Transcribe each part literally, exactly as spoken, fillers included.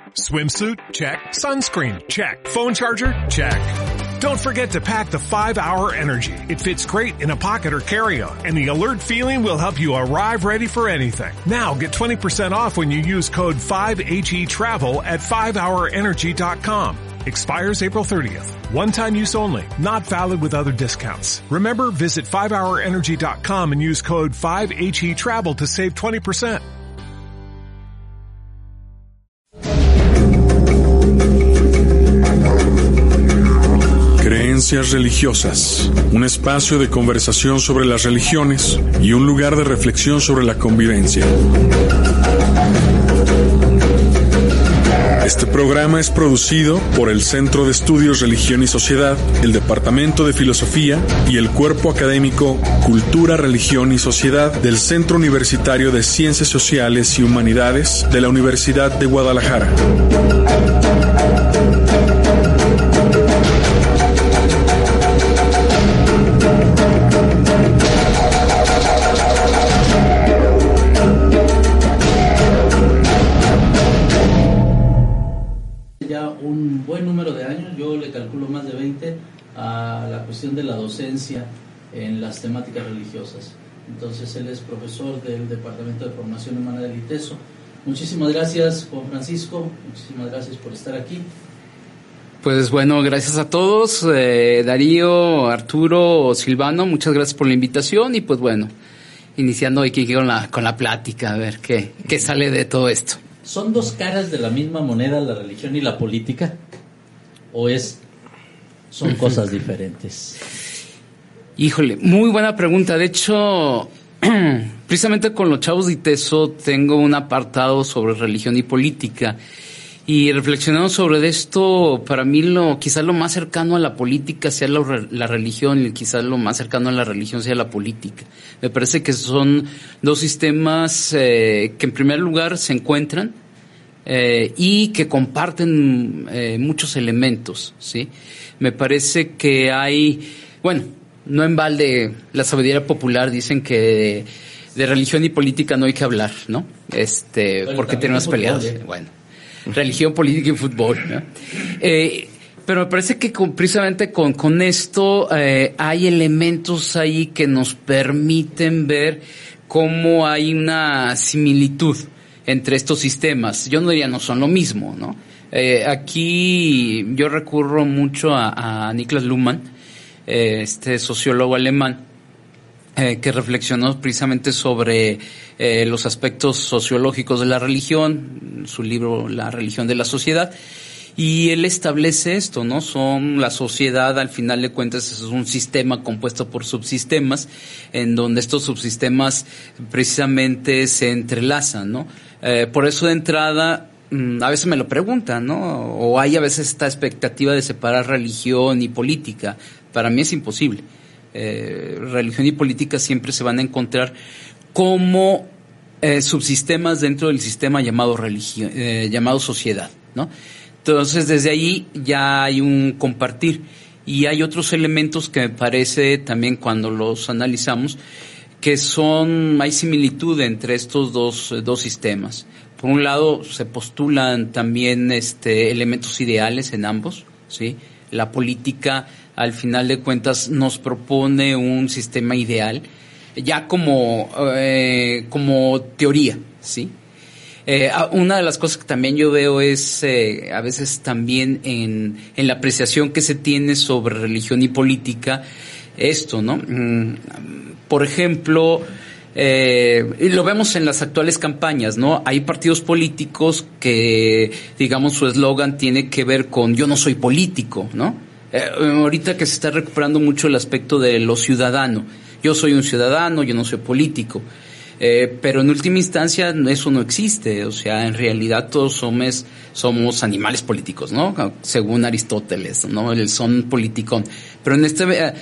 Swimsuit? Check. Sunscreen? Check. Phone charger? Check. Don't forget to pack the five hour Energy. It fits great in a pocket or carry-on, and the alert feeling will help you arrive ready for anything. Now get twenty percent off when you use code five H E travel at five hour energy dot com. Expires April thirtieth. One-time use only. Not valid with other discounts. Remember, visit five hour energy dot com and use code five H E travel to save twenty percent. Creencias religiosas, un espacio de conversación sobre las religiones y un lugar de reflexión sobre la convivencia. Este programa es producido por el Centro de Estudios Religión y Sociedad, el Departamento de Filosofía y el Cuerpo Académico Cultura, Religión y Sociedad del Centro Universitario de Ciencias Sociales y Humanidades de la Universidad de Guadalajara. Un buen número de años, yo le calculo más de veinte, a la cuestión de la docencia en las temáticas religiosas. Entonces él es profesor del Departamento de Formación Humana del ITESO. Muchísimas gracias, Juan Francisco, muchísimas gracias por estar aquí. Pues bueno, gracias a todos, eh, Darío, Arturo, Silvano, muchas gracias por la invitación y pues bueno, iniciando aquí con la, con la plática, a ver qué, qué sale de todo esto. ¿Son dos caras de la misma moneda la religión y la política? ¿O es son cosas diferentes? Híjole, muy buena pregunta. De hecho, precisamente con los chavos de ITESO tengo un apartado sobre religión y política. Y reflexionando sobre esto, para mí lo quizás lo más cercano a la política sea la, la religión, y quizás lo más cercano a la religión sea la política. Me parece que son dos sistemas eh, que en primer lugar se encuentran eh, y que comparten eh, muchos elementos, ¿sí? Me parece que hay, bueno, no en balde la sabiduría popular dicen que de, de religión y política no hay que hablar, ¿no? Este, bueno, porque tenemos peleados. ¿Eh? Bueno. Religión, política y fútbol, ¿no? Eh, pero me parece que con, precisamente con, con esto eh, hay elementos ahí que nos permiten ver cómo hay una similitud entre estos sistemas. Yo no diría no son lo mismo, ¿no? Eh, aquí yo recurro mucho a, a Niklas Luhmann, eh, este sociólogo alemán, Eh, que reflexionó precisamente sobre eh, los aspectos sociológicos de la religión, su libro La religión de la sociedad, y él establece esto, ¿no? Son la sociedad, al final de cuentas, es un sistema compuesto por subsistemas, en donde estos subsistemas precisamente se entrelazan, ¿no? Eh, por eso de entrada, a veces me lo preguntan, ¿no? O hay a veces esta expectativa de separar religión y política. Para mí es imposible. Eh, religión y política siempre se van a encontrar como eh, subsistemas dentro del sistema llamado religión, eh, llamado sociedad, ¿no? Entonces desde ahí ya hay un compartir y hay otros elementos que me parece también cuando los analizamos que son, hay similitud entre estos dos, dos sistemas. Por un lado se postulan también este elementos ideales en ambos, ¿sí? La política al final de cuentas nos propone un sistema ideal ya como eh, como teoría, ¿sí? Eh, una de las cosas que también yo veo es eh, a veces también en en la apreciación que se tiene sobre religión y política esto, ¿no? Por ejemplo, eh, y lo vemos en las actuales campañas, ¿no? Hay partidos políticos que, digamos, su eslogan tiene que ver con yo no soy político, ¿no? Eh, ahorita que se está recuperando mucho el aspecto de lo ciudadano. Yo soy un ciudadano, yo no soy político. Eh, pero en última instancia eso no existe. O sea, en realidad todos somos, somos animales políticos, ¿no? Según Aristóteles, ¿no? El son politicón. Pero en este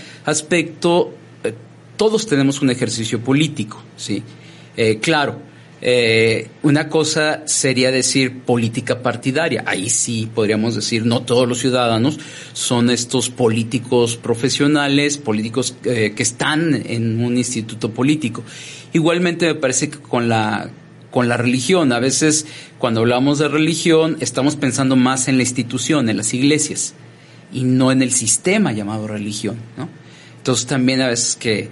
aspecto eh, todos tenemos un ejercicio político, ¿sí? Eh, claro. Eh, una cosa sería decir política partidaria. Ahí sí podríamos decir no todos los ciudadanos son estos políticos profesionales, políticos eh, que están en un instituto político. Igualmente me parece que con la con la religión. A veces cuando hablamos de religión estamos pensando más en la institución, en las iglesias, y no en el sistema llamado religión, ¿no? Entonces también a veces que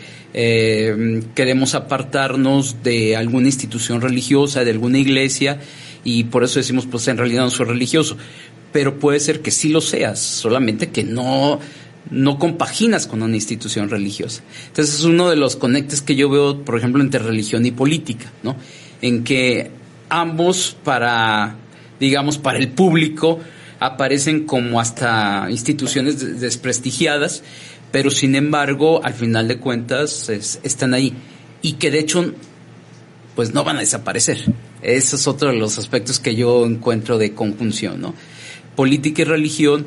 eh, queremos apartarnos de alguna institución religiosa, de alguna iglesia, y por eso decimos, pues en realidad no soy religioso. Pero puede ser que sí lo seas, solamente que no, no compaginas con una institución religiosa. Entonces es uno de los conectes que yo veo, por ejemplo, entre religión y política, ¿no? En que ambos para, digamos, para el público aparecen como hasta instituciones desprestigiadas, pero sin embargo, al final de cuentas, es, están ahí. Y que de hecho, pues no van a desaparecer. Ese es otro de los aspectos que yo encuentro de conjunción, ¿no? Política y religión,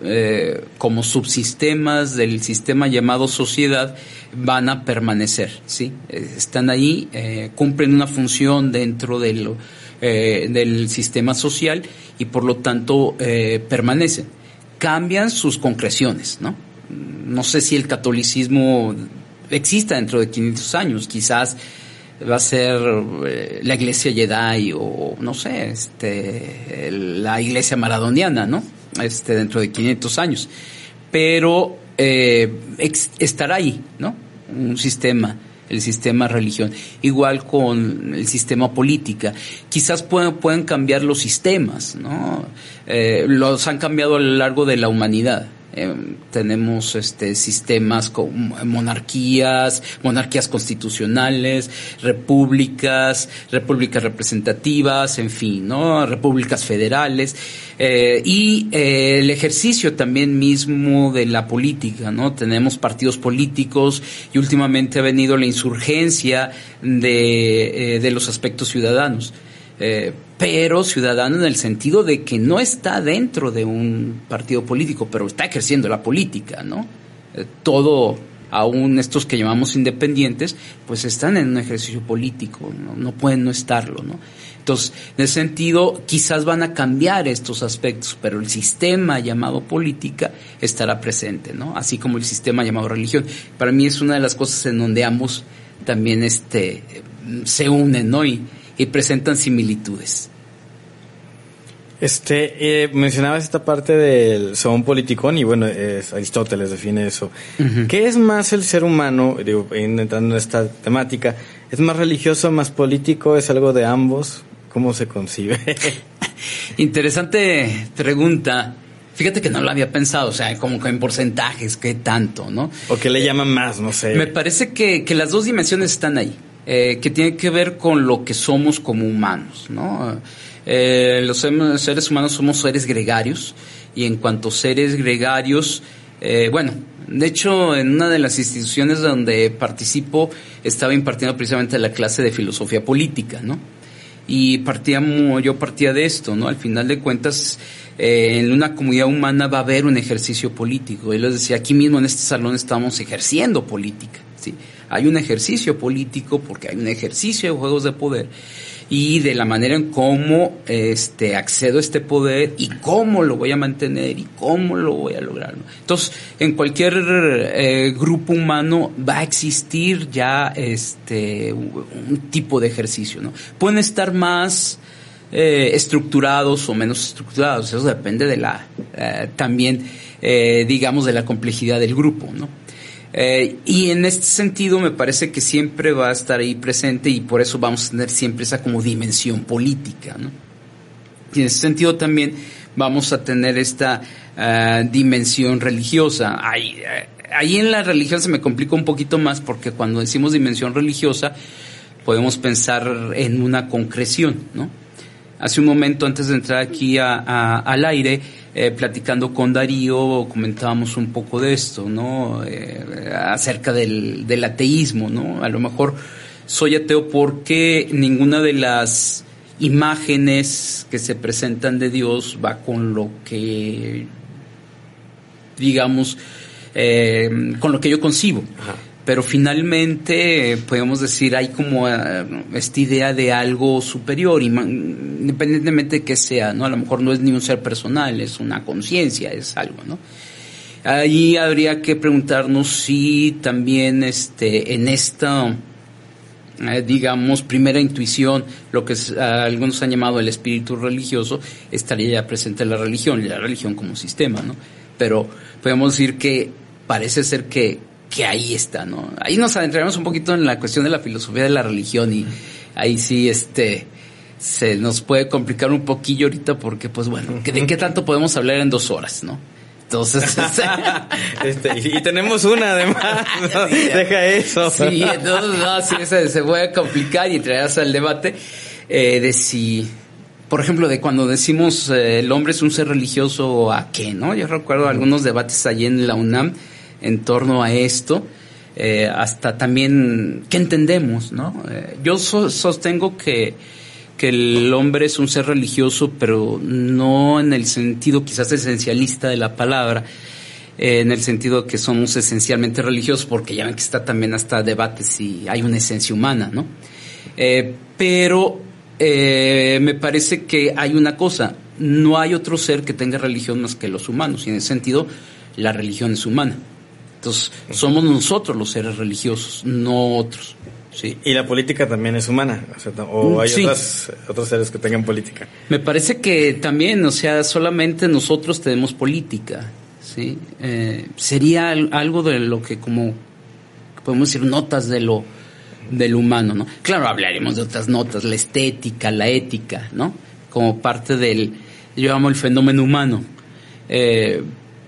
eh, como subsistemas del sistema llamado sociedad, van a permanecer, ¿sí? Eh, están ahí, eh, cumplen una función dentro de lo, eh, del sistema social y por lo tanto eh, permanecen. Cambian sus concreciones, ¿no? No sé si el catolicismo exista dentro de quinientos años, quizás va a ser eh, la iglesia Jedi o no sé, este, la iglesia maradoniana, ¿no? Este, dentro de quinientos años. Pero eh, ex, estará ahí, ¿no? Un sistema, el sistema religión. Igual con el sistema política. Quizás pueden, pueden cambiar los sistemas, ¿no? Eh, los han cambiado a lo largo de la humanidad. Eh, tenemos este sistemas con monarquías, monarquías constitucionales, repúblicas, repúblicas representativas, en fin, ¿no? Repúblicas federales, eh, y eh, el ejercicio también mismo de la política, ¿no? Tenemos partidos políticos y últimamente ha venido la insurgencia de, eh, de los aspectos ciudadanos. Eh, pero ciudadano en el sentido de que no está dentro de un partido político, pero está ejerciendo la política, ¿no? Eh, todo, aún estos que llamamos independientes, pues están en un ejercicio político, ¿no? No pueden no estarlo, ¿no? Entonces, en ese sentido, quizás van a cambiar estos aspectos, pero el sistema llamado política estará presente, ¿no? Así como el sistema llamado religión. Para mí es una de las cosas en donde ambos también este, se unen, ¿no? Y y presentan similitudes. Este, eh, mencionabas esta parte del zoon politicón y bueno, es, Aristóteles define eso. Uh-huh. ¿Qué es más el ser humano, digo, entrando en esta temática, es más religioso, más político, es algo de ambos? ¿Cómo se concibe? Interesante pregunta. Fíjate que no lo había pensado, o sea, como que en porcentajes, qué tanto, ¿no? O qué le llaman más, no sé. Me parece que, que las dos dimensiones están ahí. Eh, que tiene que ver con lo que somos como humanos, ¿no? Eh, los seres humanos somos seres gregarios y en cuanto a seres gregarios, eh, bueno, de hecho en una de las instituciones donde participo estaba impartiendo precisamente la clase de filosofía política, ¿no? Y partíamos, yo partía de esto, ¿no? Al final de cuentas, eh, en una comunidad humana va a haber un ejercicio político. Y les decía, aquí mismo en este salón estamos ejerciendo política, ¿sí? Hay un ejercicio político porque hay un ejercicio de juegos de poder y de la manera en cómo este, accedo a este poder y cómo lo voy a mantener y cómo lo voy a lograr, ¿no? Entonces, en cualquier eh, grupo humano va a existir ya este un tipo de ejercicio, ¿no? Pueden estar más eh, estructurados o menos estructurados, eso depende de la eh, también eh, digamos de la complejidad del grupo, ¿no? Eh, y en este sentido me parece que siempre va a estar ahí presente y por eso vamos a tener siempre esa como dimensión política, ¿no? Y en ese sentido también vamos a tener esta uh, dimensión religiosa. Ahí, eh, ahí en la religión se me complica un poquito más porque cuando decimos dimensión religiosa podemos pensar en una concreción, ¿no? Hace un momento antes de entrar aquí a, a, al aire, Eh, platicando con Darío, comentábamos un poco de esto, ¿no? Eh, acerca del, del ateísmo, ¿no? A lo mejor soy ateo porque ninguna de las imágenes que se presentan de Dios va con lo que, digamos, eh, con lo que yo concibo. Ajá. Pero finalmente podemos decir hay como uh, esta idea de algo superior, independientemente de que sea, ¿no? A lo mejor no es ni un ser personal, es una conciencia, es algo, ¿no? Ahí habría que preguntarnos si también este en esta eh, digamos, primera intuición, lo que es, uh, algunos han llamado el espíritu religioso, estaría ya presente la religión, y la religión como sistema, ¿no? Pero podemos decir que parece ser que, que ahí está, ¿no? Ahí nos adentraremos un poquito en la cuestión de la filosofía de la religión, y ahí sí, este, se nos puede complicar un poquillo ahorita porque, pues bueno, ¿de qué tanto podemos hablar en dos horas, no? Entonces, este, y, y tenemos una además, ¿no? Sí, deja eso. Sí, entonces, no, sí, se, se puede complicar y traerse al debate eh, de si, por ejemplo, de cuando decimos eh, el hombre es un ser religioso, ¿a qué, no? Yo recuerdo algunos debates allí en la UNAM en torno a esto, eh, hasta también, ¿qué entendemos, no? Eh, yo so, sostengo que que el hombre es un ser religioso, pero no en el sentido quizás esencialista de la palabra, eh, en el sentido que somos esencialmente religiosos, porque ya ven que está también hasta debate si hay una esencia humana, ¿no? Eh, pero eh, me parece que hay una cosa, no hay otro ser que tenga religión más que los humanos, y en ese sentido la religión es humana. Entonces somos nosotros los seres religiosos, no otros. Sí. Y la política también es humana, o, sea, o hay sí. otras, otros seres que tengan política. Me parece que también, o sea, solamente nosotros tenemos política, ¿sí? Eh, sería algo de lo que como podemos decir notas de lo del humano, ¿no? Claro, hablaremos de otras notas, la estética, la ética, ¿no? Como parte del, yo llamo el fenómeno humano. Eh,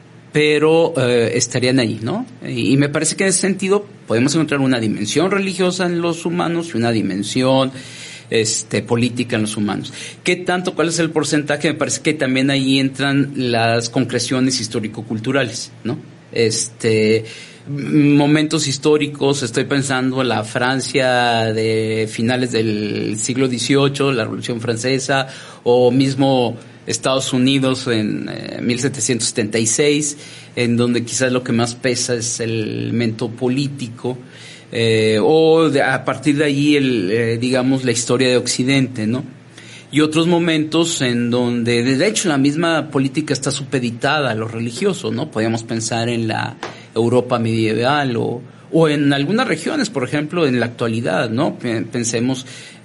pero eh, estarían ahí, ¿no? Y, y me parece que en ese sentido podemos encontrar una dimensión religiosa en los humanos y una dimensión este, política en los humanos. ¿Qué tanto? ¿Cuál es el porcentaje? Me parece que también ahí entran las concreciones histórico-culturales, ¿no? Este, momentos históricos, estoy pensando en la Francia de finales del siglo dieciocho, la Revolución Francesa, o mismo Estados Unidos en eh, mil setecientos setenta y seis, en donde quizás lo que más pesa es el elemento político, eh, o de, a partir de ahí, el, eh, digamos, la historia de Occidente, ¿no? Y otros momentos en donde, de hecho, la misma política está supeditada a lo religioso, ¿no? Podríamos pensar en la Europa medieval o, o en algunas regiones, por ejemplo, en la actualidad, ¿no? Pensemos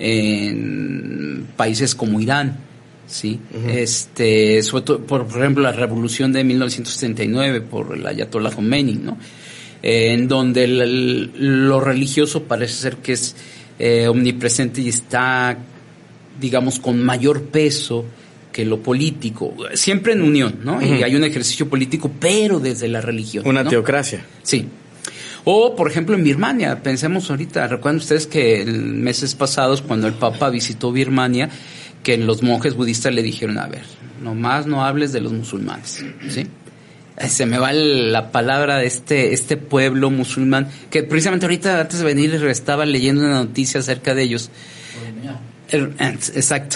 en países como Irán. Sí, uh-huh. este, sobre todo, por, por ejemplo, la revolución de mil novecientos setenta y nueve por el Ayatollah Khomeini, ¿no? Eh, en donde el, el, lo religioso parece ser que es eh, omnipresente y está, digamos, con mayor peso que lo político, siempre en unión, ¿no? Uh-huh. Y hay un ejercicio político, pero desde la religión. Una ¿no? teocracia. Sí. O, por ejemplo, en Birmania, pensemos ahorita, recuerdan ustedes que en meses pasados, cuando el Papa visitó Birmania, que los monjes budistas le dijeron, a ver, nomás no hables de los musulmanes, ¿sí? Se me va la palabra de este este pueblo musulmán, que precisamente ahorita antes de venir estaba leyendo una noticia acerca de ellos. El, exacto.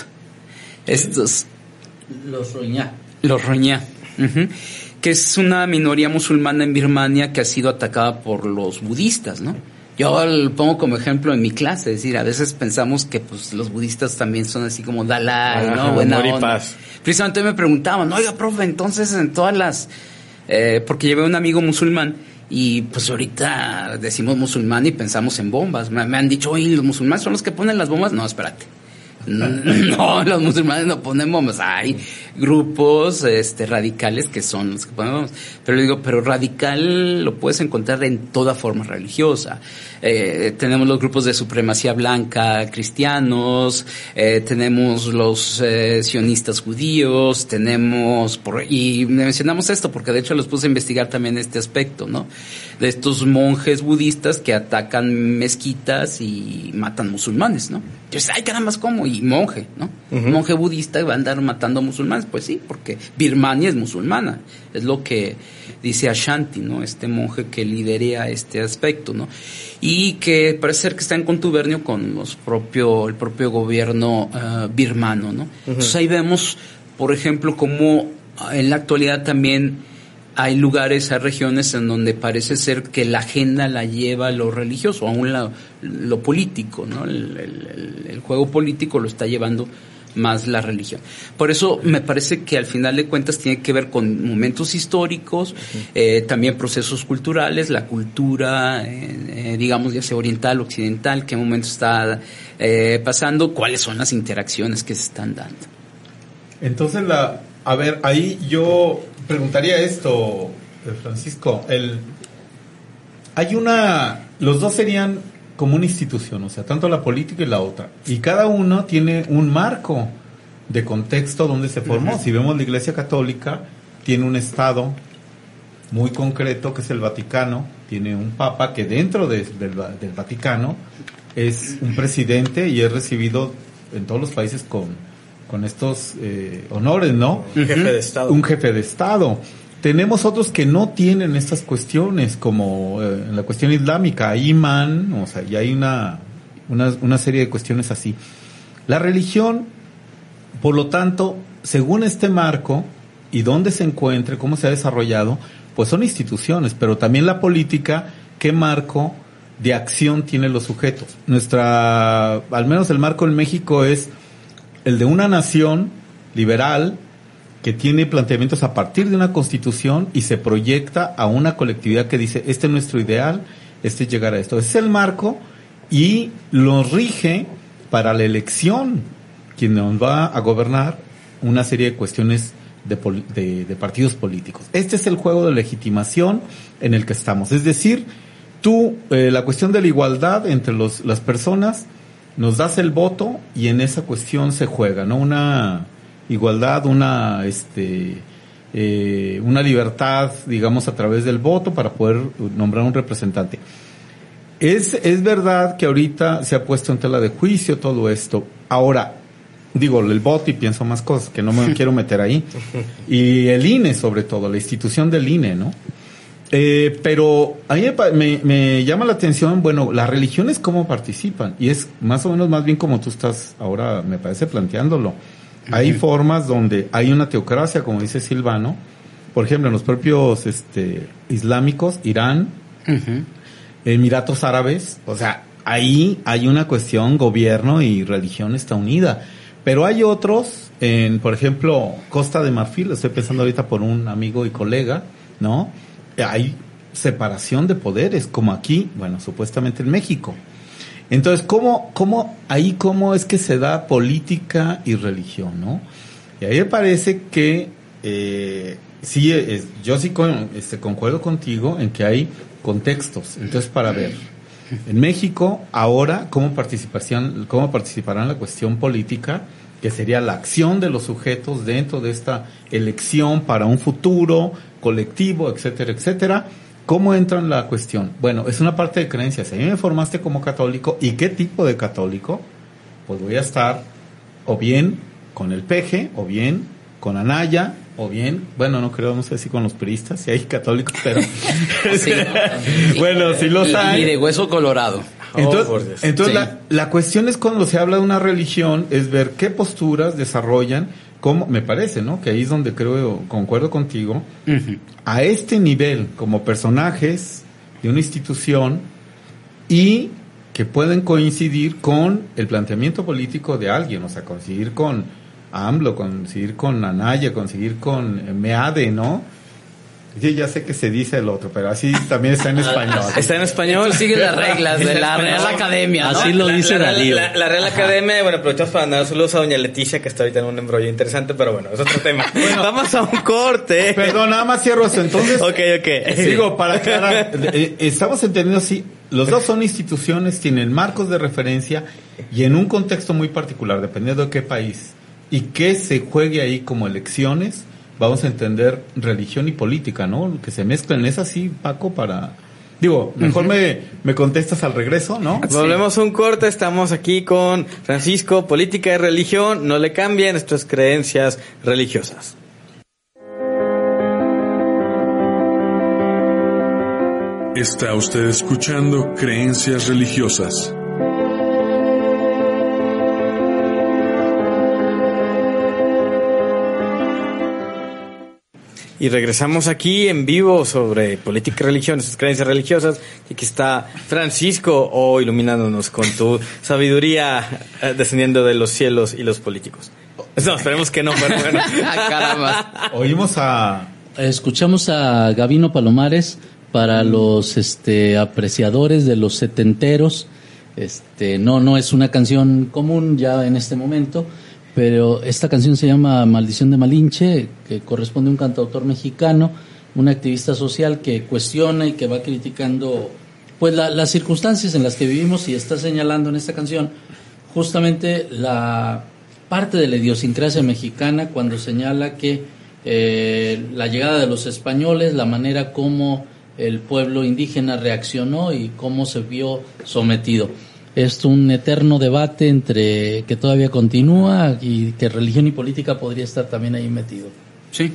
Estos. Los Rohingya. Los Rohingya. Uh-huh. Que es una minoría musulmana en Birmania que ha sido atacada por los budistas, ¿no? Yo lo pongo como ejemplo en mi clase, es decir, a veces pensamos que pues los budistas también son así como Dalai, ¿no? Buena onda. Paz. Precisamente me preguntaban, oiga, profe, entonces en todas las... Eh, porque llevé a un amigo musulmán y pues ahorita decimos musulmán y pensamos en bombas. Me, me han dicho, oye, ¿los musulmanes son los que ponen las bombas? No, espérate. No, no, los musulmanes no ponen bombas. Hay grupos este, radicales que son los que ponen bombas. Pero le digo, pero radical lo puedes encontrar en toda forma religiosa. Eh, tenemos los grupos de supremacía blanca cristianos, eh, tenemos los eh, sionistas judíos, tenemos, por, y mencionamos esto porque de hecho los puse a investigar también este aspecto, ¿no? De estos monjes budistas que atacan mezquitas y matan musulmanes, ¿no? Entonces, ay, caramba, ¿cómo? Y monje, ¿no? Uh-huh. Monje budista va a andar matando musulmanes. Pues sí, porque Birmania es musulmana. Es lo que dice Ashanti, ¿no? Este monje que liderea este aspecto, ¿no? Y que parece ser que está en contubernio con los propio, el propio gobierno uh, birmano, ¿no? Uh-huh. Entonces ahí vemos, por ejemplo, cómo en la actualidad también hay lugares, hay regiones en donde parece ser que la agenda la lleva lo religioso, aún la, lo político, ¿no? El, el, el juego político lo está llevando más la religión. Por eso me parece que al final de cuentas tiene que ver con momentos históricos, uh-huh. eh, también procesos culturales, la cultura, eh, eh, digamos ya sea oriental, occidental, qué momento está eh, pasando, cuáles son las interacciones que se están dando. Entonces, la, a ver, ahí yo preguntaría esto, Francisco, el, hay una, los dos serían como una institución, o sea, tanto la política y la otra, y cada uno tiene un marco de contexto donde se formó. Uh-huh. Si vemos la Iglesia Católica, tiene un estado muy concreto que es el Vaticano, tiene un papa que dentro de, del, del Vaticano es un presidente y es recibido en todos los países con, con estos eh, honores, ¿no? Un jefe de Estado. Un jefe de Estado. Tenemos otros que no tienen estas cuestiones, como eh, en la cuestión islámica, hay imán, o sea, y hay una, una, una serie de cuestiones así. La religión, por lo tanto, según este marco y dónde se encuentre, cómo se ha desarrollado, pues son instituciones, pero también la política, qué marco de acción tienen los sujetos. Nuestra, al menos el marco en México es el de una nación liberal, que tiene planteamientos a partir de una constitución y se proyecta a una colectividad que dice, este es nuestro ideal, este es llegar a esto. Ese es el marco y lo rige para la elección, quien nos va a gobernar una serie de cuestiones de, de, de partidos políticos. Este es el juego de legitimación en el que estamos. Es decir, tú, eh, la cuestión de la igualdad entre los, las personas, nos das el voto y en esa cuestión se juega, ¿no? Una igualdad, una este eh, una libertad, digamos, a través del voto para poder nombrar un representante. Es es verdad que ahorita se ha puesto en tela de juicio todo esto. Ahora, digo, el voto y pienso más cosas que no me quiero meter ahí. Y el I N E, sobre todo, la institución del I N E, ¿no? Eh, pero a mí me, me, me llama la atención, bueno, las religiones cómo participan. Y es más o menos más bien como tú estás ahora, me parece, planteándolo. Hay uh-huh. formas donde hay una teocracia, como dice Silvano, por ejemplo, en los propios este, islámicos, Irán, uh-huh. Emiratos Árabes, o sea, ahí hay una cuestión, gobierno y religión está unida. Pero hay otros, en, por ejemplo, Costa de Marfil, estoy pensando ahorita por un amigo y colega, ¿no? Hay separación de poderes, como aquí, bueno, supuestamente en México. Entonces, ¿cómo, cómo, ahí cómo es que se da política y religión, ¿no? Y ahí me parece que, eh, sí, es, yo sí con, este, concuerdo contigo en que hay contextos. Entonces, para ver, en México, ahora, ¿cómo participación, cómo participarán en la cuestión política? Que sería la acción de los sujetos dentro de esta elección para un futuro colectivo, etcétera, etcétera. ¿Cómo entra en la cuestión? Bueno, es una parte de creencias. Si a mí me formaste como católico, ¿y qué tipo de católico? Pues voy a estar o bien con el P G, o bien con Anaya, o bien, bueno, no creo, no sé si con los priistas, si hay católicos, pero... sí, bueno, si los hay. Y de hueso colorado. Entonces, oh, entonces sí. la, la cuestión es cuando se habla de una religión, es ver qué posturas desarrollan, como me parece, ¿no? Que ahí es donde creo, concuerdo contigo, uh-huh. a este nivel, como personajes de una institución y que pueden coincidir con el planteamiento político de alguien, o sea, coincidir con AMLO, coincidir con Anaya, coincidir con MEADE, ¿no? Sí, ya sé que se dice el otro, pero así también está en español. Está en español. Sigue las reglas de la Real Academia, ¿no? Así lo la, dice la, Darío. La, la, la Real Ajá. Academia, bueno, aprovechamos para mandar saludos a doña Leticia, que está ahorita en un embrollo interesante, pero bueno, es otro tema. Bueno, vamos a un corte. Perdón, nada más cierro eso. Entonces, ok, ok. Sí. Digo, para aclarar, eh, estamos entendiendo así, los dos son instituciones, tienen marcos de referencia y en un contexto muy particular, dependiendo de qué país, y que se juegue ahí como elecciones, vamos a entender religión y política, ¿no? Que se mezclen. ¿Es así, Paco? Para... Digo, mejor uh-huh. me, me contestas al regreso, ¿no? Sí. Volvemos a un corte, estamos aquí con Francisco, política y religión, no le cambien nuestras creencias religiosas. Está usted escuchando Creencias Religiosas. Y regresamos aquí en vivo sobre política y religión, sus creencias religiosas. Y aquí está Francisco, oh, iluminándonos con tu sabiduría, eh, descendiendo de los cielos y los políticos. No, esperemos que no, pero bueno. Caramba. Oímos a... Escuchamos a Gabino Palomares para los este apreciadores de los setenteros. Este, no, no es una canción común ya en este momento, pero esta canción se llama Maldición de Malinche, que corresponde a un cantautor mexicano, un activista social que cuestiona y que va criticando pues la, las circunstancias en las que vivimos, y está señalando en esta canción justamente la parte de la idiosincrasia mexicana cuando señala que eh, la llegada de los españoles, la manera como el pueblo indígena reaccionó y cómo se vio sometido. Es un eterno debate entre que todavía continúa y que religión y política podría estar también ahí metido. Sí.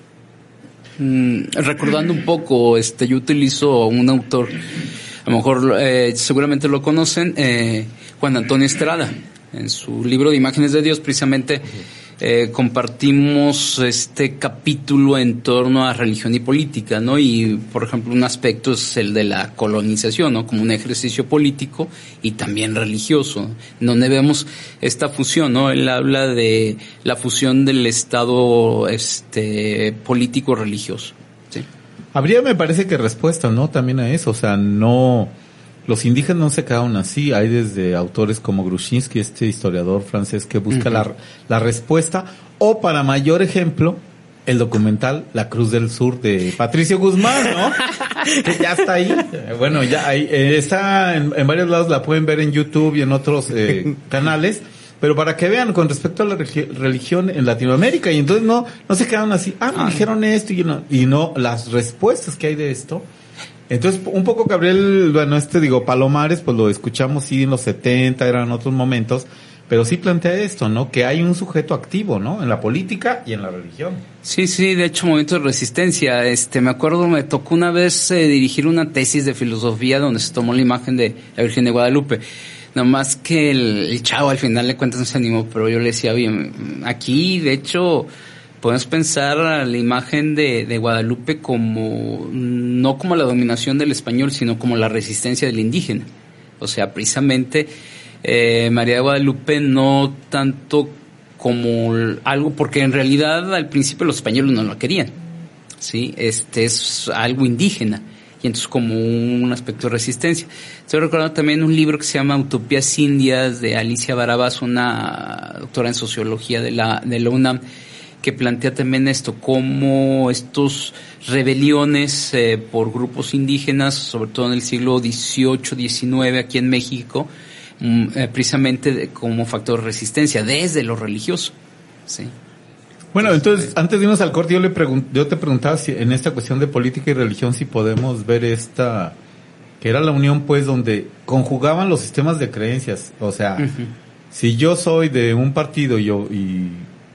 Mm, recordando un poco, este, yo utilizo un autor, a lo mejor eh, seguramente lo conocen, eh, Juan Antonio Estrada. En su libro de Imágenes de Dios, precisamente eh, compartimos este capítulo en torno a religión y política, ¿no? Y, por ejemplo, un aspecto es el de la colonización, ¿no? Como un ejercicio político y también religioso, donde vemos esta fusión, ¿no? Él habla de la fusión del Estado este político-religioso, ¿sí? Habría, me parece que respuesta, ¿no? También a eso, o sea, no... Los indígenas no se quedaron así. Hay desde autores como Grushinsky, este historiador francés que busca uh-huh. la, la respuesta. O para mayor ejemplo, el documental La Cruz del Sur de Patricio Guzmán, ¿no? Que ya está ahí. Bueno, ya ahí, eh, está en, en varios lados, la pueden ver en YouTube y en otros eh, canales. Pero para que vean con respecto a la religi- religión en Latinoamérica. Y entonces no, no se quedaron así. Ah, me ah. dijeron esto y no, y no las respuestas que hay de esto. Entonces, un poco Gabriel, bueno, este digo, Palomares, pues lo escuchamos sí en los setenta, eran otros momentos, pero sí plantea esto, ¿no? Que hay un sujeto activo, ¿no? En la política y en la religión. Sí, sí, de hecho, momentos de resistencia. Este, me acuerdo, me tocó una vez eh, dirigir una tesis de filosofía donde se tomó la imagen de la Virgen de Guadalupe. Nada más que el, el chavo al final de cuentas no se animó, pero yo le decía, bien, aquí, de hecho... Podemos pensar a la imagen de, de Guadalupe como, no como la dominación del español, sino como la resistencia del indígena. O sea, precisamente eh, María de Guadalupe no tanto como algo, porque en realidad al principio los españoles no lo querían, ¿sí? Este es algo indígena, y entonces como un aspecto de resistencia. Estoy recordando también un libro que se llama Utopías Indias, de Alicia Barabás, una doctora en sociología de la, de la UNAM, que plantea también esto, cómo estos rebeliones eh, por grupos indígenas, sobre todo en el siglo dieciocho, diecinueve, aquí en México, mm, eh, precisamente de, como factor de resistencia, desde lo religioso, ¿sí? Bueno, entonces, antes de irnos al corte, yo, le pregun- yo te preguntaba si en esta cuestión de política y religión, si podemos ver esta, que era la unión, pues, donde conjugaban los sistemas de creencias, o sea, uh-huh. si yo soy de un partido y yo... y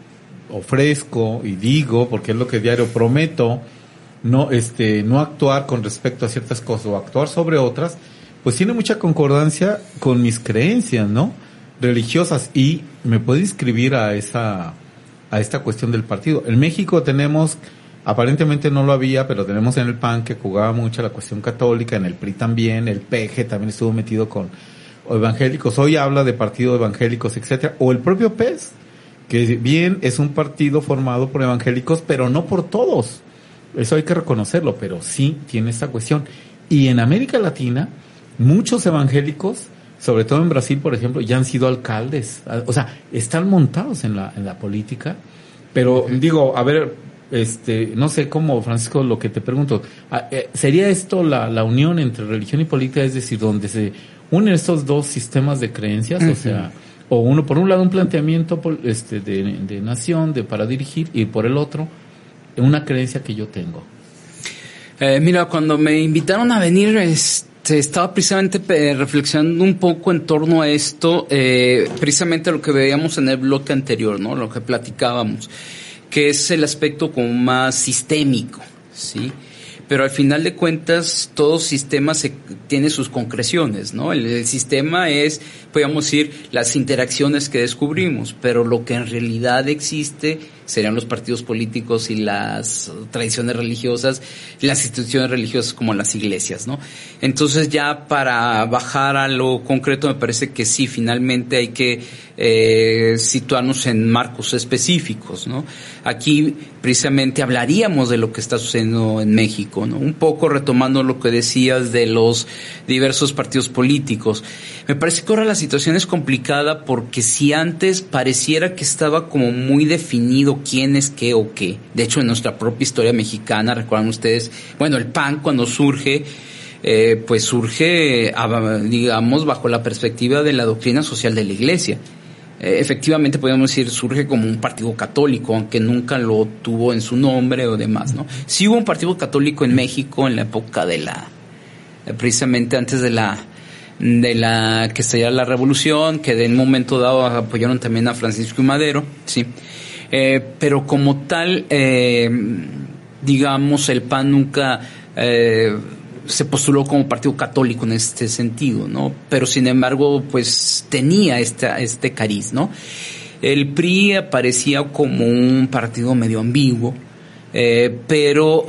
ofrezco y digo, porque es lo que diario prometo, no este no actuar con respecto a ciertas cosas o actuar sobre otras, pues tiene mucha concordancia con mis creencias, ¿no? Religiosas, y me puedo inscribir a esa a esta cuestión del partido. En México tenemos, aparentemente no lo había, pero tenemos en el P A N que jugaba mucho la cuestión católica, en el P R I también, el P G también estuvo metido con evangélicos, hoy habla de partido evangélicos, etcétera, o el propio P E S, que bien es un partido formado por evangélicos, pero no por todos. Eso hay que reconocerlo, pero sí tiene esta cuestión. Y en América Latina, muchos evangélicos, sobre todo en Brasil, por ejemplo, ya han sido alcaldes. O sea, están montados en la en la política. Pero uh-huh. digo, a ver, este, no sé cómo, Francisco, lo que te pregunto, ¿sería esto la, la unión entre religión y política? Es decir, donde se unen estos dos sistemas de creencias, uh-huh. o sea... O uno, por un lado, un planteamiento este, de, de nación, de para dirigir, y por el otro, una creencia que yo tengo. Eh, mira, cuando me invitaron a venir, este, estaba precisamente eh, reflexionando un poco en torno a esto, eh, precisamente lo que veíamos en el bloque anterior, ¿no? Lo que platicábamos, que es el aspecto como más sistémico, ¿sí? Pero al final de cuentas, todo sistema se, tiene sus concreciones, ¿no? El, el sistema es, podríamos decir, las interacciones que descubrimos, pero lo que en realidad existe serían los partidos políticos y las tradiciones religiosas, y las instituciones religiosas como las iglesias, ¿no? Entonces ya para bajar a lo concreto me parece que sí, finalmente hay que eh, situarnos en marcos específicos, ¿no? Aquí precisamente hablaríamos de lo que está sucediendo en México, ¿no? Un poco retomando lo que decías de los diversos partidos políticos. Me parece que ahora la situación es complicada porque si antes pareciera que estaba como muy definido quién es qué o qué. De hecho, en nuestra propia historia mexicana, recuerdan ustedes, bueno, el P A N cuando surge, eh, pues surge, digamos, bajo la perspectiva de la doctrina social de la Iglesia. Eh, efectivamente, podríamos decir, surge como un partido católico, aunque nunca lo tuvo en su nombre o demás, ¿no? Sí hubo un partido católico en México en la época de la, precisamente antes de la de la que estallara la revolución, que en un momento dado apoyaron también a Francisco y Madero, sí, eh, pero como tal, eh, digamos, el P A N nunca eh, se postuló como partido católico en este sentido, ¿no? Pero sin embargo, pues tenía esta, este cariz, ¿no? El P R I aparecía como un partido medio ambiguo, eh, pero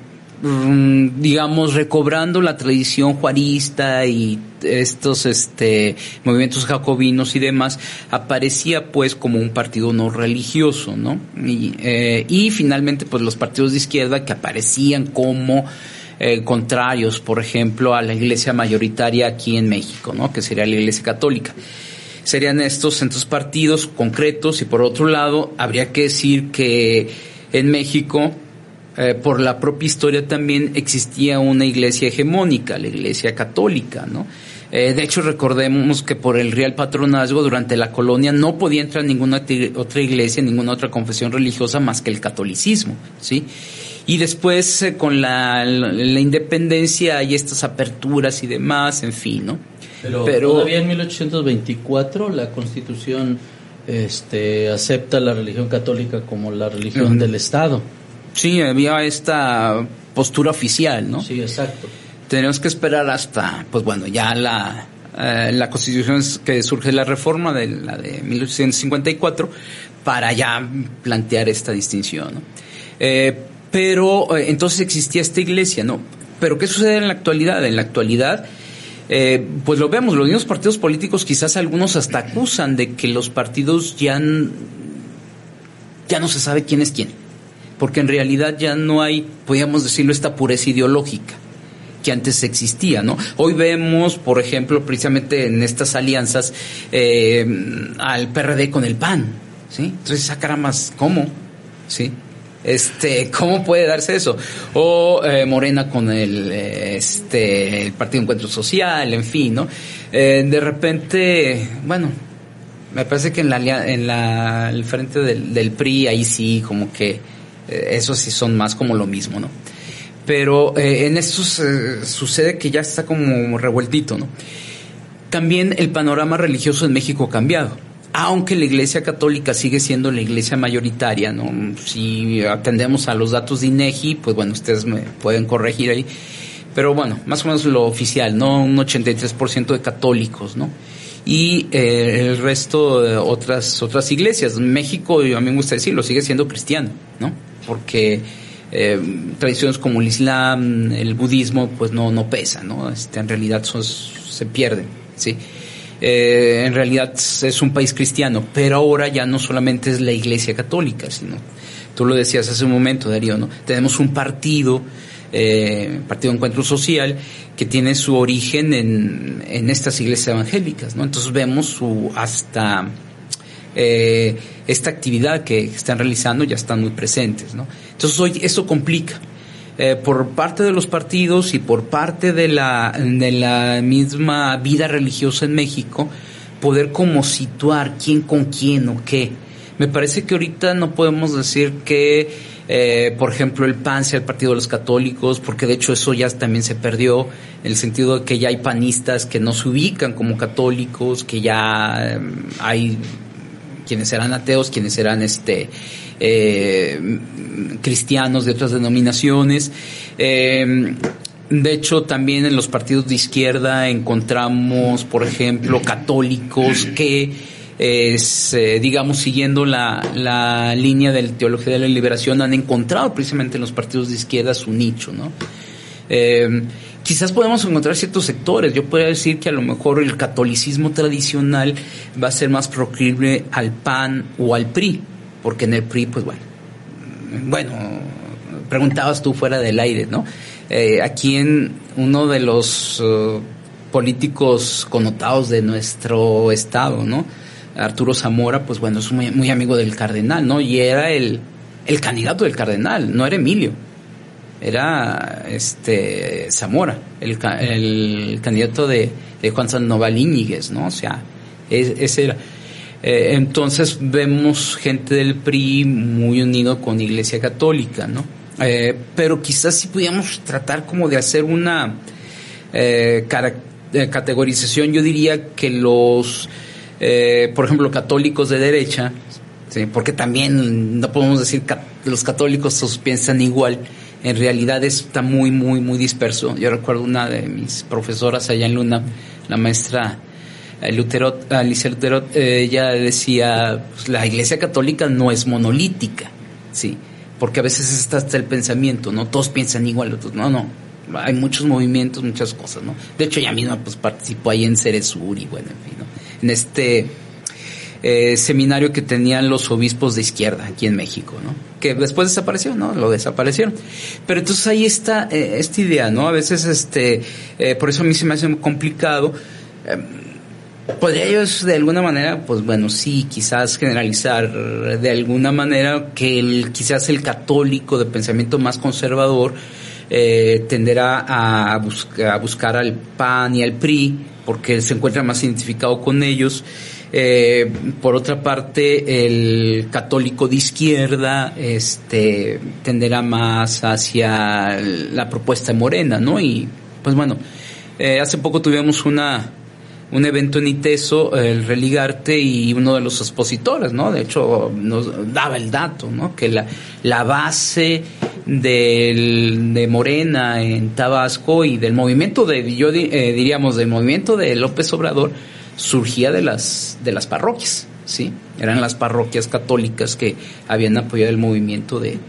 digamos recobrando la tradición juarista y estos este movimientos jacobinos y demás, aparecía pues como un partido no religioso, ¿no? Y, eh, y finalmente pues los partidos de izquierda que aparecían como eh, contrarios, por ejemplo, a la iglesia mayoritaria aquí en México, ¿no? Que sería la Iglesia Católica. Serían estos estos partidos concretos. Y por otro lado habría que decir que en México, Eh, por la propia historia también existía una iglesia hegemónica, la Iglesia Católica, ¿no? Eh, de hecho, recordemos que por el Real Patronazgo durante la colonia no podía entrar ninguna t- otra iglesia, ninguna otra confesión religiosa más que el catolicismo, ¿sí? Y después eh, con la, la, la independencia hay estas aperturas y demás, en fin, ¿no? Pero, Pero todavía en mil ochocientos veinticuatro la Constitución este, acepta la religión católica como la religión uh-huh. del Estado. Sí, había esta postura oficial, ¿no? Sí, exacto. Tenemos que esperar hasta, pues bueno, ya la eh, la Constitución que surge la reforma de la de mil ochocientos cincuenta y cuatro para ya plantear esta distinción, ¿no? Eh, pero eh, entonces existía esta iglesia, ¿no? Pero ¿qué sucede en la actualidad? En la actualidad, eh, pues lo vemos, los mismos partidos políticos, quizás algunos hasta acusan de que los partidos ya ya no se sabe quién es quién. Porque en realidad ya no hay, podríamos decirlo, esta pureza ideológica que antes existía, ¿no? Hoy vemos, por ejemplo, precisamente en estas alianzas, eh, al P R D con el P A N, ¿sí? Entonces, esa cara más, ¿cómo? ¿Sí? Este, ¿cómo puede darse eso? O eh, Morena con el, este, el Partido Encuentro Social, en fin, ¿no? Eh, de repente, bueno, me parece que en la, en la, el frente del, del P R I, ahí sí, como que eso sí son más como lo mismo, ¿no? Pero eh, en esto eh, sucede que ya está como revueltito, ¿no? También el panorama religioso en México ha cambiado, aunque la Iglesia Católica sigue siendo la iglesia mayoritaria, ¿no? Si atendemos a los datos de INEGI, pues bueno, ustedes me pueden corregir ahí, pero bueno, más o menos lo oficial, ¿no? Un ochenta y tres por ciento de católicos, ¿no? Y eh, el resto de otras otras iglesias. México, yo a mí me gusta decirlo, sigue siendo cristiano, ¿no? Porque eh, tradiciones como el Islam, el budismo, pues no no pesan, ¿no? Este, en realidad son, se pierden, ¿sí? Eh, en realidad es un país cristiano, pero ahora ya no solamente es la Iglesia Católica, sino, tú lo decías hace un momento, Darío, ¿no? Tenemos un partido, eh, Partido Encuentro Social, que tiene su origen en, en estas iglesias evangélicas, ¿no? Entonces vemos su hasta eh, esta actividad que están realizando ya están muy presentes, ¿no? Entonces hoy esto complica eh, por parte de los partidos y por parte de la de la misma vida religiosa en México, poder como situar quién con quién o qué. Me parece que ahorita no podemos decir que Eh, por ejemplo, el P A N sea el partido de los católicos, porque de hecho eso ya también se perdió, en el sentido de que ya hay panistas que no se ubican como católicos, que ya eh, hay quienes serán ateos, quienes serán este eh, cristianos de otras denominaciones. Eh, de hecho, también en los partidos de izquierda encontramos, por ejemplo, católicos que es, eh, digamos, siguiendo la, la línea de la teología de la liberación, han encontrado precisamente en los partidos de izquierda su nicho, ¿no? Eh, quizás podemos encontrar ciertos sectores. Yo podría decir que a lo mejor el catolicismo tradicional va a ser más proclive al P A N o al P R I, porque en el P R I, pues bueno, bueno, preguntabas tú fuera del aire, ¿no? Eh, aquí en uno de los uh, políticos connotados de nuestro estado, ¿no? Arturo Zamora, pues bueno, es muy, muy amigo del cardenal, ¿no? Y era el, el candidato del cardenal, no era Emilio, era este Zamora, el, el candidato de, de Juan Sandoval Íñiguez, ¿no? O sea, es, ese era. Eh, entonces vemos gente del P R I muy unido con Iglesia Católica, ¿no? Eh, pero quizás si pudiéramos tratar como de hacer una eh, cara, eh, categorización, yo diría que los Eh, por ejemplo, católicos de derecha, ¿sí? Porque también no podemos decir que los católicos todos piensan igual, en realidad está muy, muy, muy disperso. Yo recuerdo una de mis profesoras allá en Luna, la maestra Luterot, Alicia Luterot, eh, ella decía, pues, la Iglesia Católica no es monolítica, ¿sí? Porque a veces está hasta el pensamiento, ¿no? Todos piensan igual, otros, no, no. Hay muchos movimientos, muchas cosas, ¿no? De hecho, ella misma pues participó ahí en Ceresur y bueno, en fin, ¿no? En este eh, seminario que tenían los obispos de izquierda aquí en México, ¿no? Que después desapareció, ¿no? Lo desaparecieron. Pero entonces ahí está eh, esta idea, ¿no? A veces, este, eh, por eso a mí se me hace complicado. Eh, podría yo de alguna manera, pues bueno, sí, quizás generalizar de alguna manera que el, quizás el católico de pensamiento más conservador eh, tenderá a, busca, a buscar al P A N y al P R I, porque se encuentra más identificado con ellos. Eh, por otra parte, el católico de izquierda este tenderá más hacia la propuesta Morena, ¿no? Y pues bueno, eh, hace poco tuvimos una un evento en ITESO, el Religarte, y uno de los expositores, ¿no? De hecho, nos daba el dato, ¿no? Que la, la base del, de Morena en Tabasco y del movimiento de, yo eh, diríamos, del movimiento de López Obrador, surgía de las, de las parroquias, ¿sí? Eran las parroquias católicas que habían apoyado el movimiento de,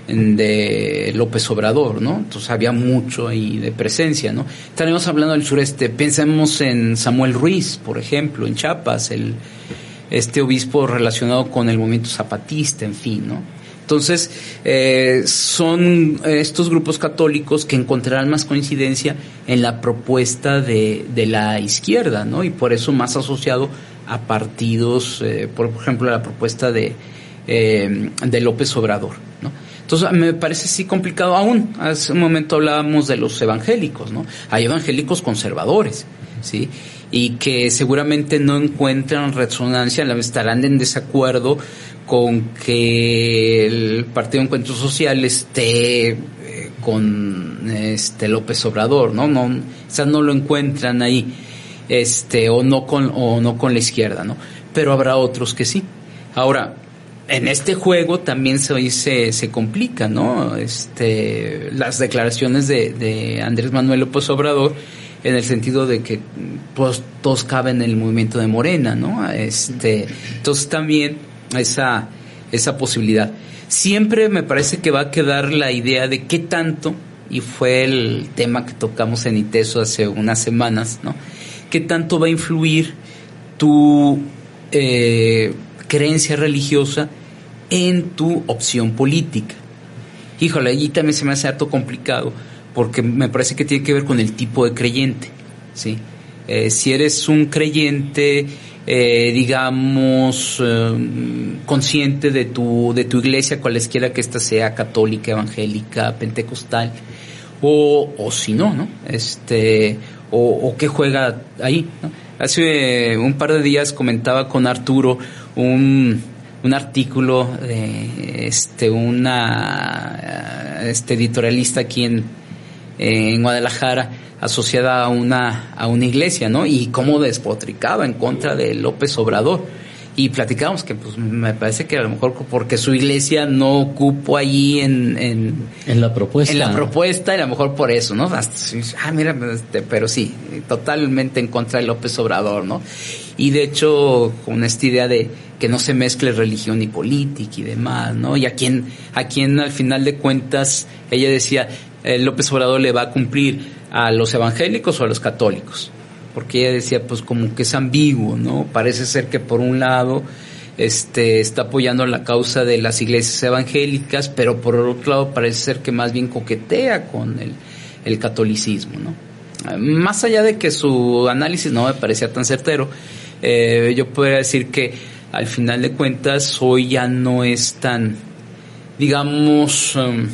de López Obrador, ¿no? Entonces había mucho ahí de presencia, ¿no? Estaremos hablando del sureste. Pensemos en Samuel Ruiz, por ejemplo, en Chiapas, el, este obispo relacionado con el movimiento zapatista, en fin, ¿no? Entonces, eh, son estos grupos católicos que encontrarán más coincidencia en la propuesta de, de la izquierda, ¿no? Y por eso más asociado a partidos, eh, por ejemplo, la propuesta de, eh, de López Obrador, ¿no? Entonces, me parece sí complicado aún. Hace un momento hablábamos de los evangélicos, ¿no? Hay evangélicos conservadores, ¿sí? Y que seguramente no encuentran resonancia, estarán en desacuerdo con que el Partido Encuentro Social esté eh, con este López Obrador, ¿no? No, o sea, no lo encuentran ahí, este, o no con, o no con la izquierda, ¿no? Pero habrá otros que sí. Ahora, en este juego también se, se, se complica, ¿no? Este, las declaraciones de, de Andrés Manuel López Obrador, en el sentido de que pues, todos caben en el movimiento de Morena, ¿no? Este, entonces también esa, esa posibilidad. Siempre me parece que va a quedar la idea de qué tanto, y fue el tema que tocamos en ITESO hace unas semanas, ¿no? Qué tanto va a influir tu eh, creencia religiosa en tu opción política. Híjole, allí también se me hace harto complicado, porque me parece que tiene que ver con el tipo de creyente, ¿sí? Eh, si eres un creyente, eh, digamos, eh, consciente de tu de tu iglesia, cualesquiera que ésta sea, católica, evangélica, pentecostal, o o si no, ¿no? Este, o, o qué juega ahí, ¿no? Hace un par de días comentaba con Arturo un un artículo de este una este editorialista aquí en en Guadalajara, asociada a una a una iglesia, ¿no? Y cómo despotricaba en contra de López Obrador. y platicábamos que pues me parece que a lo mejor porque su iglesia no ocupó allí en, en, en la propuesta. En la propuesta, y a lo mejor por eso, ¿no? Hasta, ah, mira, este, pero sí, totalmente en contra de López Obrador, ¿no? Y de hecho, con esta idea de que no se mezcle religión y política y demás, ¿no? Y a quien, a quien al final de cuentas, ella decía, eh, López Obrador le va a cumplir a los evangélicos o a los católicos. Porque ella decía, pues como que es ambiguo, ¿no? Parece ser que por un lado este está apoyando la causa de las iglesias evangélicas, pero por otro lado parece ser que más bien coquetea con el, el catolicismo, ¿no? Más allá de que su análisis no me parecía tan certero, eh, yo podría decir que al final de cuentas hoy ya no es tan, digamos, um,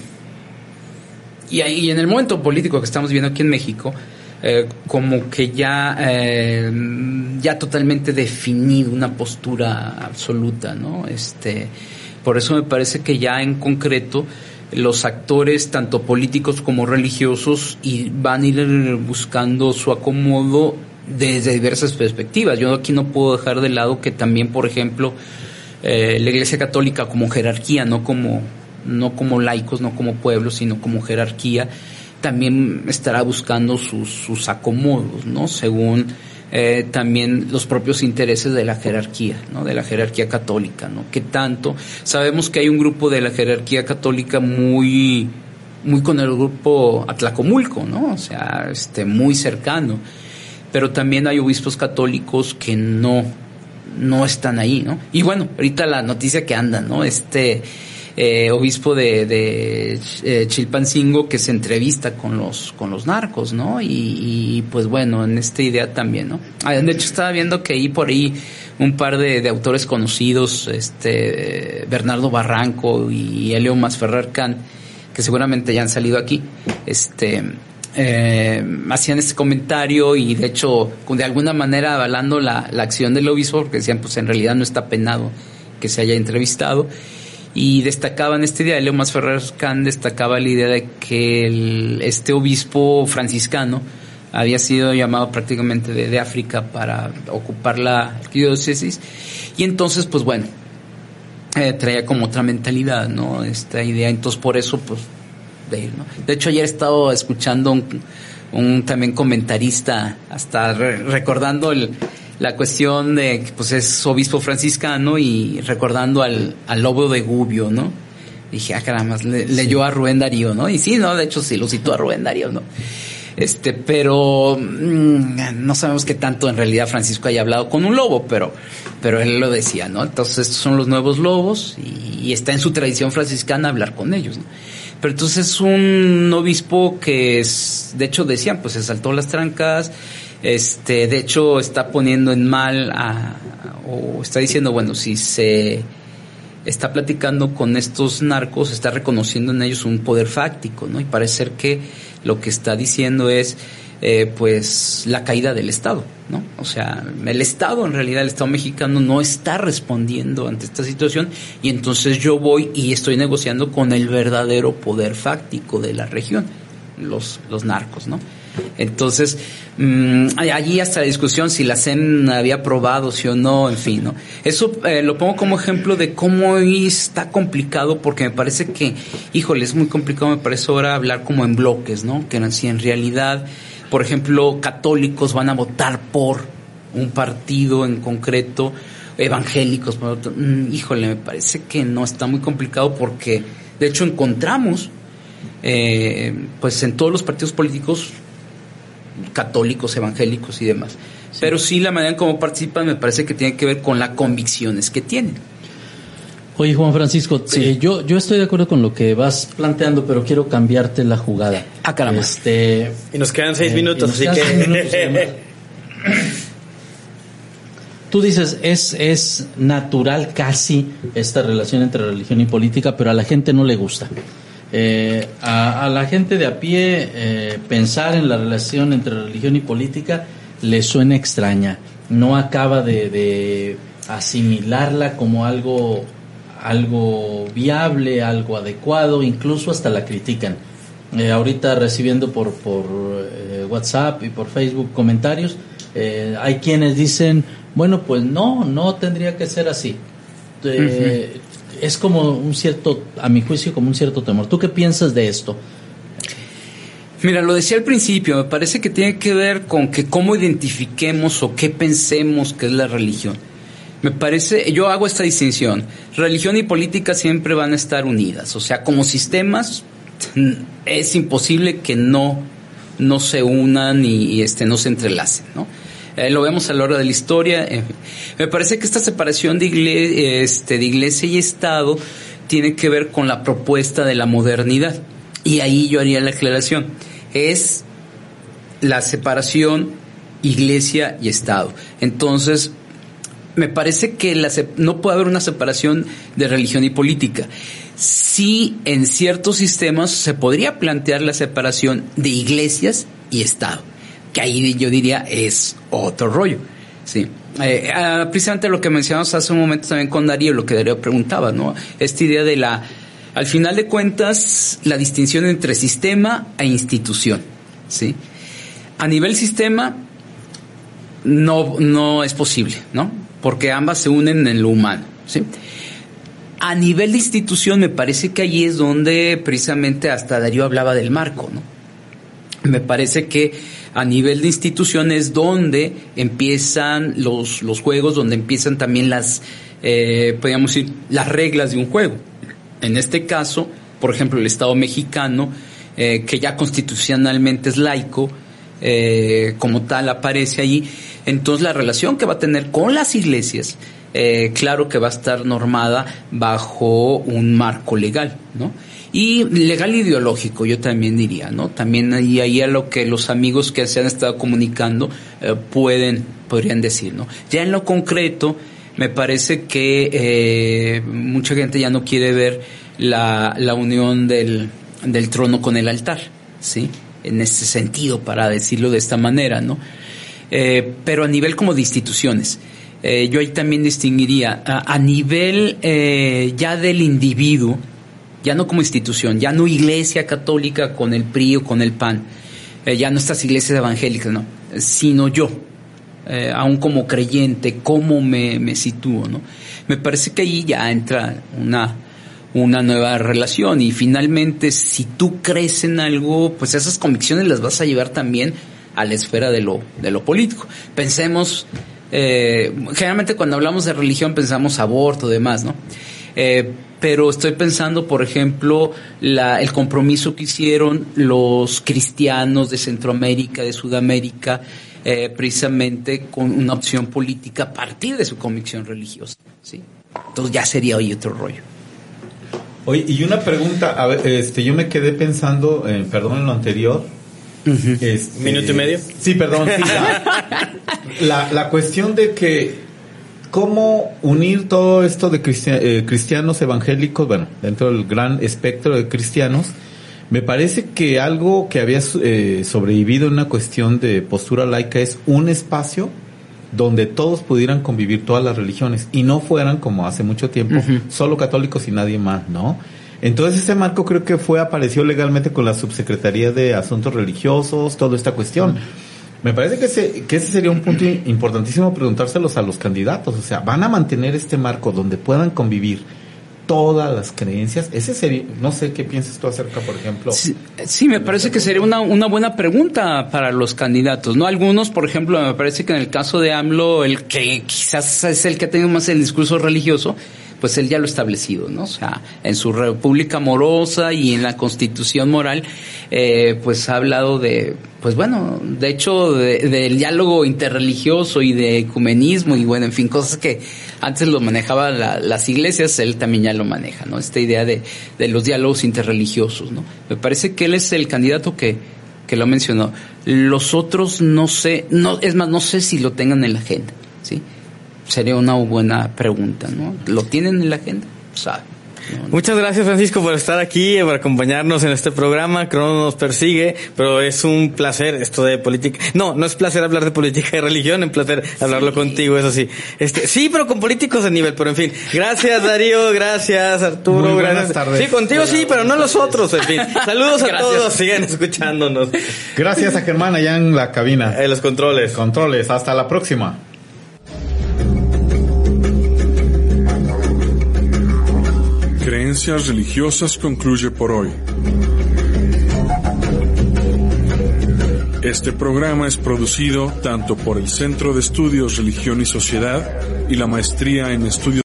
y, y en el momento político que estamos viviendo aquí en México, Eh, como que ya eh, ya totalmente definido una postura absoluta, ¿no? Este, por eso me parece que ya en concreto los actores tanto políticos como religiosos y van a ir buscando su acomodo desde diversas perspectivas. Yo aquí no puedo dejar de lado que también, por ejemplo, eh, la Iglesia Católica como jerarquía, no como no como laicos, no como pueblo, sino como jerarquía, también estará buscando sus, sus acomodos, ¿no? Según eh, también los propios intereses de la jerarquía, ¿no? De la jerarquía católica, ¿no? Que tanto sabemos que hay un grupo de la jerarquía católica muy, muy con el grupo Atlacomulco, ¿no? O sea, este, muy cercano. Pero también hay obispos católicos que no, no están ahí, ¿no? Y bueno, ahorita la noticia que anda, ¿no? Este, Eh, obispo de, de eh, Chilpancingo que se entrevista con los con los narcos, ¿no? Y, y pues bueno, en esta idea también, ¿no? De hecho estaba viendo que ahí por ahí un par de, de autores conocidos, este Bernardo Barranco y Helio Masferrer Can, que seguramente ya han salido aquí, este eh, hacían este comentario y de hecho de alguna manera avalando la, la acción del obispo, porque decían pues en realidad no está penado que se haya entrevistado. Y destacaban esta idea, Leo Masferrer Can destacaba la idea de que el, este obispo franciscano había sido llamado prácticamente de, de África para ocupar la diócesis, y entonces pues bueno, eh, traía como otra mentalidad, ¿no? Esta idea, entonces por eso pues de ir, ¿no? De hecho ayer he estado escuchando un, un también comentarista, hasta re, recordando el la cuestión de que pues es obispo franciscano y recordando al, al lobo de Gubbio, ¿no? Dije, ah, caramba, le, sí. leyó a Rubén Darío, ¿no? Y sí, no, de hecho sí, lo citó a Rubén Darío, ¿no? Este, pero mmm, no sabemos qué tanto en realidad Francisco haya hablado con un lobo, pero, pero él lo decía, ¿no? Entonces estos son los nuevos lobos y, y está en su tradición franciscana hablar con ellos, ¿no? Pero entonces es un obispo que es, de hecho decían, pues se saltó las trancas. Este, de hecho está poniendo en mal a, o está diciendo, bueno, si se está platicando con estos narcos, está reconociendo en ellos un poder fáctico, ¿no? Y parece ser que lo que está diciendo es eh, pues la caída del Estado, ¿no? O sea, el Estado, en realidad el Estado mexicano no está respondiendo ante esta situación, y entonces yo voy y estoy negociando con el verdadero poder fáctico de la región, los, los narcos, ¿no? Entonces, mmm, allí hasta la discusión si la C E N había aprobado, sí o no, en fin, ¿no? Eso eh, lo pongo como ejemplo de cómo está complicado, porque me parece que, híjole, es muy complicado, me parece ahora hablar como en bloques, ¿no? Que si en realidad, por ejemplo, católicos van a votar por un partido en concreto, evangélicos, por otro, mmm, híjole, me parece que no, está muy complicado, porque de hecho encontramos, eh, pues en todos los partidos políticos, católicos, evangélicos y demás. Sí. Pero sí la manera en cómo participan me parece que tiene que ver con las convicciones que tienen. Oye, Juan Francisco, sí. eh, yo, yo estoy de acuerdo con lo que vas planteando, pero quiero cambiarte la jugada. Ah, caramba. Este, y nos quedan seis eh, minutos, así que... Minutos, tú dices, es, es natural casi esta relación entre religión y política, pero a la gente no le gusta. Eh, a, a la gente de a pie eh, pensar en la relación entre religión y política le suena extraña, no acaba de, de asimilarla como algo, algo viable, algo adecuado, incluso hasta la critican. Eh, ahorita recibiendo por, por eh, WhatsApp y por Facebook comentarios Eh, hay quienes dicen, bueno, pues no, no tendría que ser así. Eh, uh-huh. Es como un cierto, a mi juicio, como un cierto temor. ¿Tú qué piensas de esto? Mira, lo decía al principio, me parece que tiene que ver con que cómo identifiquemos o qué pensemos que es la religión. Me parece, yo hago esta distinción, religión y política siempre van a estar unidas, o sea, como sistemas es imposible que no, no se unan y, y este, no se entrelacen, ¿no? Eh, lo vemos a lo largo de la historia. Eh, me parece que esta separación de, igle, este, de iglesia y Estado tiene que ver con la propuesta de la modernidad. Y ahí yo haría la aclaración. Es la separación iglesia y Estado. Entonces, me parece que la, no puede haber una separación de religión y política. Sí, en ciertos sistemas se podría plantear la separación de iglesias y Estado, que ahí yo diría es otro rollo, sí. Eh, ah, precisamente lo que mencionamos hace un momento también con Darío, lo que Darío preguntaba, ¿no? Esta idea de la, al final de cuentas, la distinción entre sistema e institución, sí. A nivel sistema no, no es posible, ¿no? Porque ambas se unen en lo humano, sí. A nivel de institución me parece que allí es donde precisamente hasta Darío hablaba del marco, ¿no? Me parece que a nivel de instituciones donde empiezan los, los juegos, donde empiezan también las, eh, podríamos decir, las reglas de un juego. En este caso, por ejemplo, el Estado mexicano, eh, que ya constitucionalmente es laico, eh, como tal aparece allí, entonces la relación que va a tener con las iglesias, eh, claro que va a estar normada bajo un marco legal, ¿no? Y legal ideológico, yo también diría, ¿no? También ahí, ahí a lo que los amigos que se han estado comunicando eh, pueden, podrían decir, ¿no? Ya en lo concreto, me parece que eh, mucha gente ya no quiere ver la, la unión del, del trono con el altar, ¿sí? En este sentido, para decirlo de esta manera, ¿no? Eh, pero a nivel como de instituciones, eh, yo ahí también distinguiría a, a nivel eh, ya del individuo, ya no como institución, ya no iglesia católica con el P R I o con el P A N, eh, ya no estas iglesias evangélicas, no, sino yo, eh, aún como creyente, cómo me, me sitúo, ¿no? Me parece que ahí ya entra una, una nueva relación y finalmente si tú crees en algo, pues esas convicciones las vas a llevar también a la esfera de lo, de lo político. Pensemos, eh, generalmente cuando hablamos de religión pensamos aborto, demás, ¿no? Eh, pero estoy pensando, por ejemplo, la, el compromiso que hicieron los cristianos de Centroamérica, de Sudamérica, eh, precisamente con una opción política a partir de su convicción religiosa, ¿sí? Entonces ya sería hoy otro rollo. Oye, y una pregunta, a ver, este, yo me quedé pensando, eh, perdón, en lo anterior. Uh-huh. Este, ¿Minuto y medio? Sí, perdón. Sí, la, la, la cuestión de que cómo unir todo esto de cristian, eh, cristianos evangélicos, bueno, dentro del gran espectro de cristianos, me parece que algo que había eh, sobrevivido en una cuestión de postura laica es un espacio donde todos pudieran convivir todas las religiones y no fueran, como hace mucho tiempo, uh-huh, solo católicos y nadie más, ¿no? Entonces ese marco creo que fue, apareció legalmente con la Subsecretaría de Asuntos Religiosos, toda esta cuestión. Uh-huh. Me parece que ese, que ese sería un punto importantísimo preguntárselos a los candidatos. O sea, ¿van a mantener este marco donde puedan convivir todas las creencias? Ese sería, no sé qué piensas tú acerca, por ejemplo. Sí, sí me parece que sería una, una buena pregunta para los candidatos, ¿no? Algunos, por ejemplo, me parece que en el caso de AMLO, el que quizás es el que ha tenido más el discurso religioso, pues él ya lo ha establecido, ¿no? O sea, en su república amorosa y en la constitución moral, eh, pues ha hablado de, pues bueno, de hecho, de, del diálogo interreligioso y de ecumenismo y bueno, en fin, cosas que antes lo manejaban la, las iglesias, él también ya lo maneja, ¿no? Esta idea de, de los diálogos interreligiosos, ¿no? Me parece que él es el candidato que, que lo mencionó. Los otros no sé, no, es más, no sé si lo tengan en la agenda, ¿sí? Sería una buena pregunta, ¿no? ¿Lo tienen en la agenda? ¿Sabe? Muchas gracias, Francisco, por estar aquí, por acompañarnos en este programa. Crono nos persigue, pero es un placer esto de política. No, no es placer hablar de política y religión, es placer hablarlo sí. contigo, eso sí. Este, sí, pero con políticos de nivel, pero en fin. Gracias, Darío, gracias, Arturo, Muy gracias. Tardes. Sí, contigo sí, pero no los otros, en fin. Saludos a todos, sigan escuchándonos. Gracias a Germán allá en la cabina. En los controles. Controles, hasta la próxima. Creencias religiosas concluye por hoy. Este programa es producido tanto por el Centro de Estudios Religión y Sociedad y la Maestría en Estudios